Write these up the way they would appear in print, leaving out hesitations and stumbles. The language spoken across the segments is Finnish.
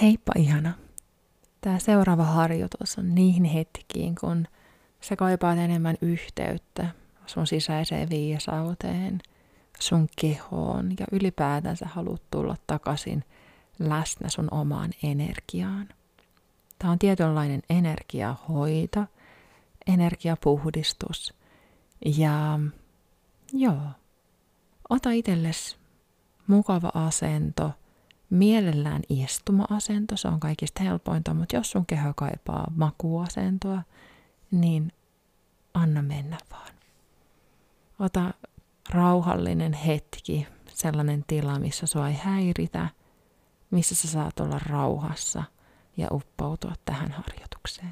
Heippa ihana! Tämä seuraava harjoitus on niihin hetkiin, kun sä kaipaat enemmän yhteyttä sun sisäiseen viisauteen, sun kehoon ja ylipäätään sä haluat tulla takaisin läsnä sun omaan energiaan. Tämä on tietynlainen energiahoito, energiapuhdistus ja ota itsellesi mukava asento, mielellään istuma-asento, se on kaikista helpointa, mutta jos sun keho kaipaa makuasentoa, niin anna mennä vaan. Ota rauhallinen hetki, sellainen tila, missä sua ei häiritä, missä sä saat olla rauhassa ja uppoutua tähän harjoitukseen.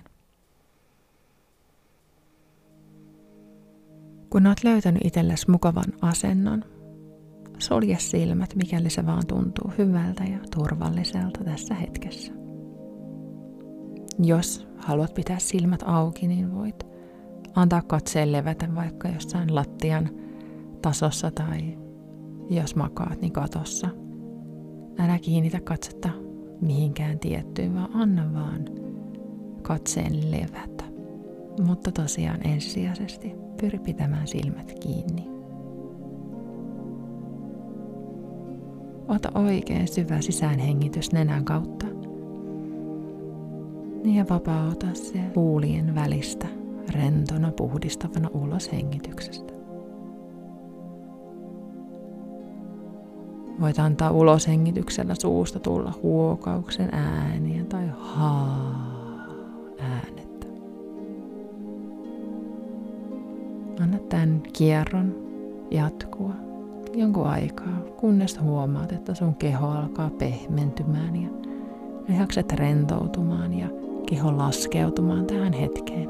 Kun oot löytänyt itsellesi mukavan asennon, sulje silmät, mikäli se vaan tuntuu hyvältä ja turvalliselta tässä hetkessä. Jos haluat pitää silmät auki, niin voit antaa katseen levätä vaikka jossain lattian tasossa tai jos makaat, niin katossa. Älä kiinnitä katsetta mihinkään tiettyyn, vaan anna vaan katseen levätä. Mutta tosiaan ensisijaisesti pyri pitämään silmät kiinni. Ota oikein syvä sisäänhengitys nenän kautta. Ja vapauta se huulien välistä rentona puhdistavana ulos hengityksestä. Voit antaa uloshengityksellä suusta tulla huokauksen ääniä tai äänettä. Anna tämän kierron jatkua jonkun aikaa, kunnes huomaat, että sun keho alkaa pehmentymään ja lihakset rentoutumaan ja keho laskeutumaan tähän hetkeen.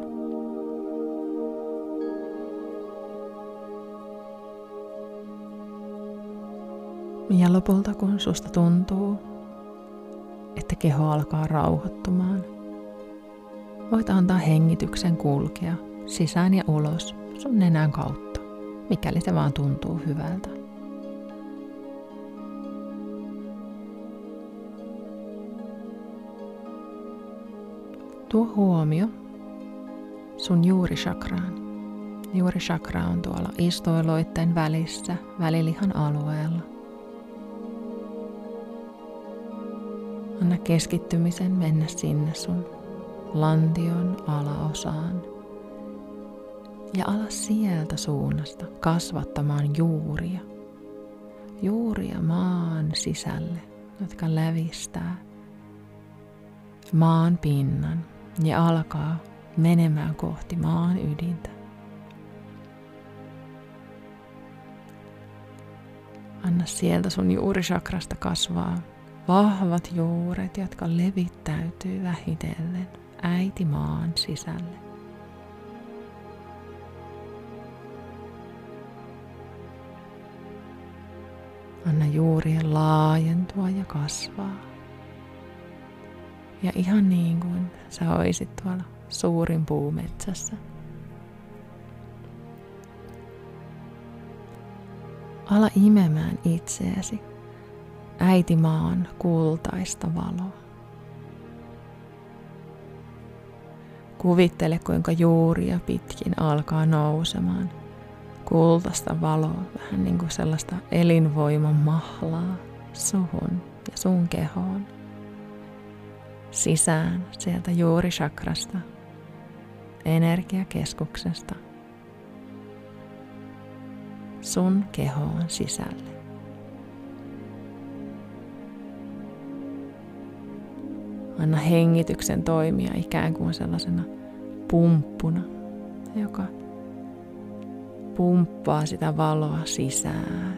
Ja lopulta, kun susta tuntuu, että keho alkaa rauhoittumaan, voit antaa hengityksen kulkea sisään ja ulos sun nenän kautta, mikäli se vaan tuntuu hyvältä. Tuo huomio sun juurichakraan. Juurichakra on tuolla istoiloitten välissä, välilihan alueella. Anna keskittymisen mennä sinne sun lantion alaosaan. Ja ala sieltä suunnasta kasvattamaan juuria. Juuria maan sisälle, jotka lävistää maan pinnan ja alkaa menemään kohti maan ydintä. Anna sieltä sun juurichakrasta kasvaa vahvat juuret, jotka levittäytyy vähitellen äiti maan sisälle. Anna juurien laajentua ja kasvaa. Ja ihan niin kuin sä oisit tuolla suurin puumetsässä. Ala imemään itseäsi äitimaan kultaista valoa. Kuvittele, kuinka juuria pitkin alkaa nousemaan kultaista valoa, vähän niin kuin sellaista elinvoiman mahlaa suhun ja sun kehoon. Sisään sieltä juurichakrasta, energiakeskuksesta, sun kehoon sisälle. Anna hengityksen toimia ikään kuin sellaisena pumppuna, joka pumppaa sitä valoa sisään.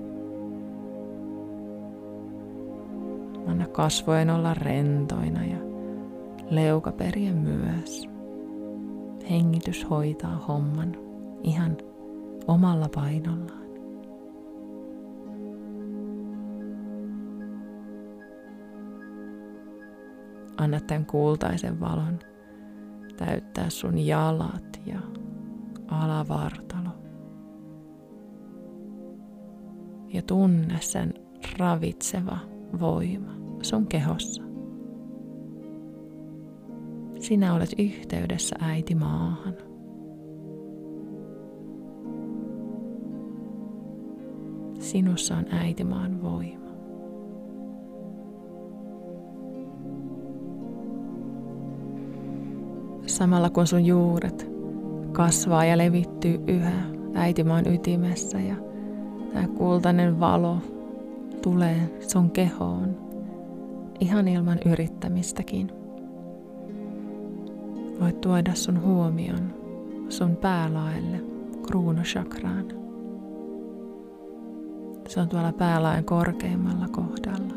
Anna kasvojen olla rentoina ja leukaperien myös. Hengitys hoitaa homman ihan omalla painollaan. Anna tämän kultaisen valon täyttää sun jalat ja alavartalo. Ja tunne sen ravitseva voima sun kehossa Sinä olet yhteydessä äiti maahan. Sinussa on äitimaan voima. Samalla kun sun juuret kasvaa ja levittyy yhä äitimaan ytimessä ja tämä kultainen valo tulee sun kehoon ihan ilman yrittämistäkin. Voit tuoda sun huomion sun päälaelle, kruunuchakraan. Se on tuolla päälaen korkeimmalla kohdalla.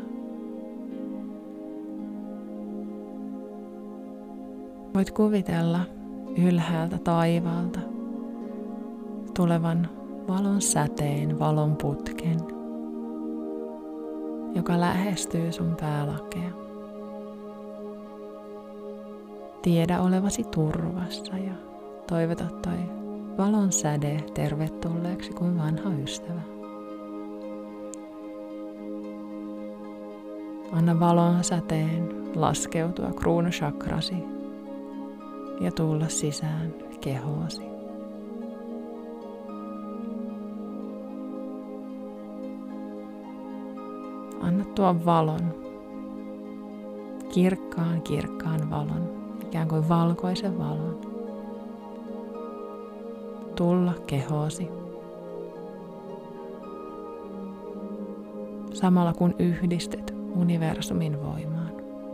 Voit kuvitella ylhäältä taivaalta tulevan valon säteen, valon putken, joka lähestyy sun päälakea. Tiedä olevasi turvassa ja toivota toi valon säde tervetulleeksi kuin vanha ystävä. Anna valon säteen laskeutua kruunuchakrasi ja tulla sisään kehoosi. Anna tuon valon, kirkkaan valon, ikään kuin valkoisen valon, tulla kehoosi. Samalla kun yhdistyt universumin voimaan.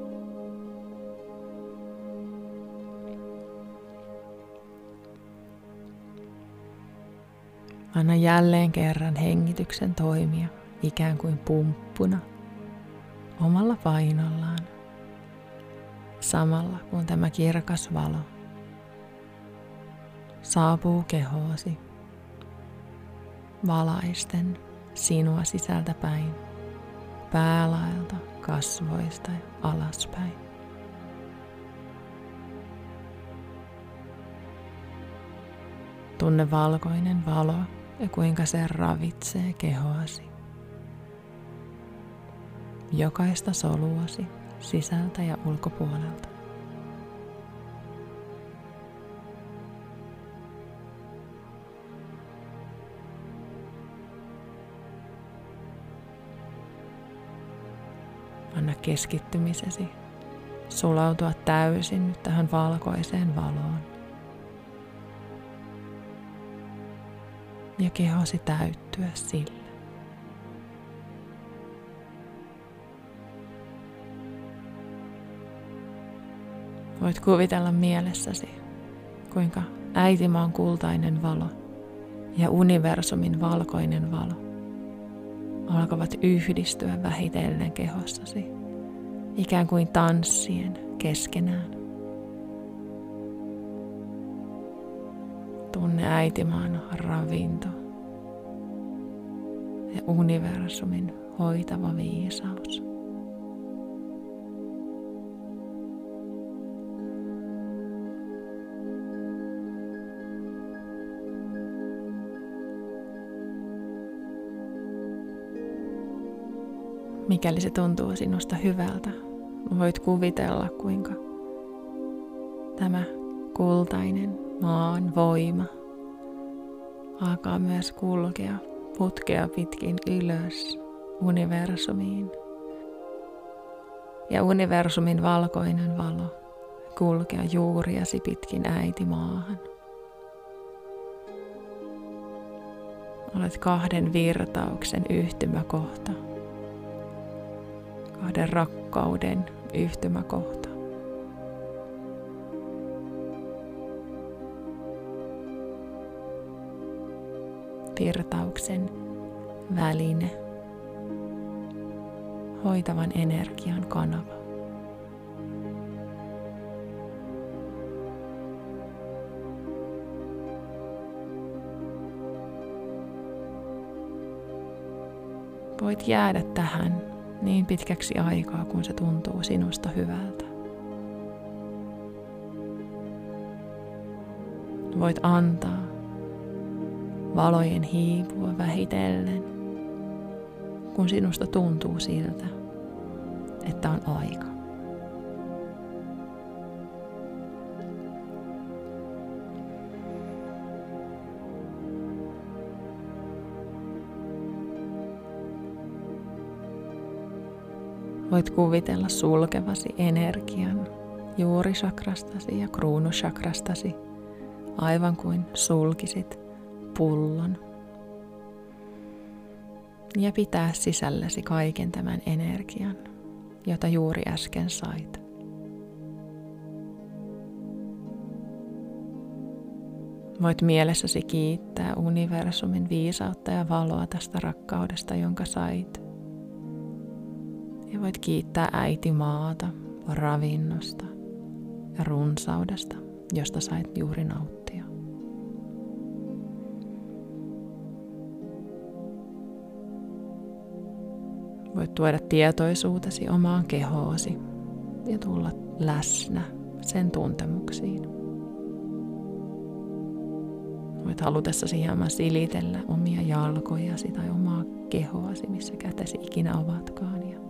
Anna jälleen kerran hengityksen toimia ikään kuin pumppuna omalla painollaan. Samalla kun tämä kirkas valo saapuu kehoosi valaisten sinua sisältä päin, päälaelta, kasvoista ja alaspäin. Tunne valkoinen valo ja kuinka se ravitsee kehoasi. Jokaista soluasi sisältä ja ulkopuolelta. Anna keskittymisesi sulautua täysin nyt tähän valkoiseen valoon. Ja kehosi täyttyä sillä. Voit kuvitella mielessäsi, kuinka äitimaan kultainen valo ja universumin valkoinen valo alkavat yhdistyä vähitellen kehossasi, ikään kuin tanssien keskenään. Tunne äitimaan ravinto ja universumin hoitava viisaus. Mikäli se tuntuu sinusta hyvältä, voit kuvitella, kuinka tämä kultainen maan voima alkaa myös kulkea putkea pitkin ylös universumiin. Ja universumin valkoinen valo kulkea juuriasi pitkin äitimaahan. Olet kahden virtauksen yhtymäkohta. Kahden rakkauden yhtymäkohta. Virtauksen väline. Hoitavan energian kanava. Voit jäädä tähän niin pitkäksi aikaa, kun se tuntuu sinusta hyvältä. Voit antaa valojen hiipua vähitellen, kun sinusta tuntuu siltä, että on aika. Voit kuvitella sulkevasi energian juurisakrastasi ja kruunusakrastasi, aivan kuin sulkisit pullon. Ja pitää sisälläsi kaiken tämän energian, jota juuri äsken sait. Voit mielessäsi kiittää universumin viisautta ja valoa tästä rakkaudesta, jonka sait. Ja voit kiittää äiti maata, ravinnosta ja runsaudesta, josta sait juuri nauttia. Voit tuoda tietoisuutesi omaan kehoosi ja tulla läsnä sen tuntemuksiin. Voit halutessasi hieman silitellä omia jalkojasi tai omaa kehoasi, missä kätesi ikinä ovatkaan. Ja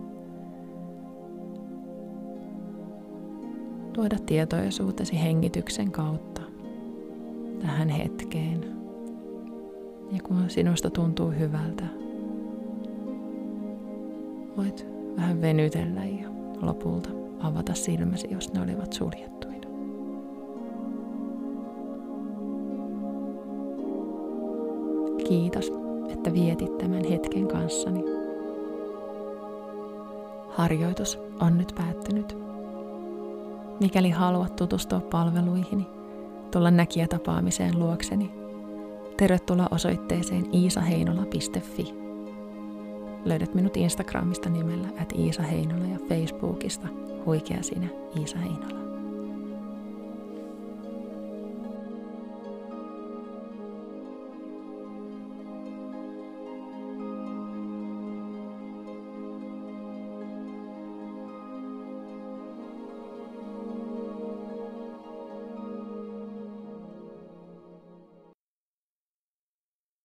tuoda tietoisuutesi hengityksen kautta tähän hetkeen. Ja kun sinusta tuntuu hyvältä, voit vähän venytellä ja lopulta avata silmäsi, jos ne olivat suljettuina. Kiitos, että vietit tämän hetken kanssani. Harjoitus on nyt päättynyt. Mikäli haluat tutustua palveluihini, tulla näkijätapaamiseen luokseni, tervetuloa osoitteeseen iisaheinola.fi. Löydät minut Instagramista nimellä @iisaheinola ja Facebookista Huikea sinä Iisa Heinola.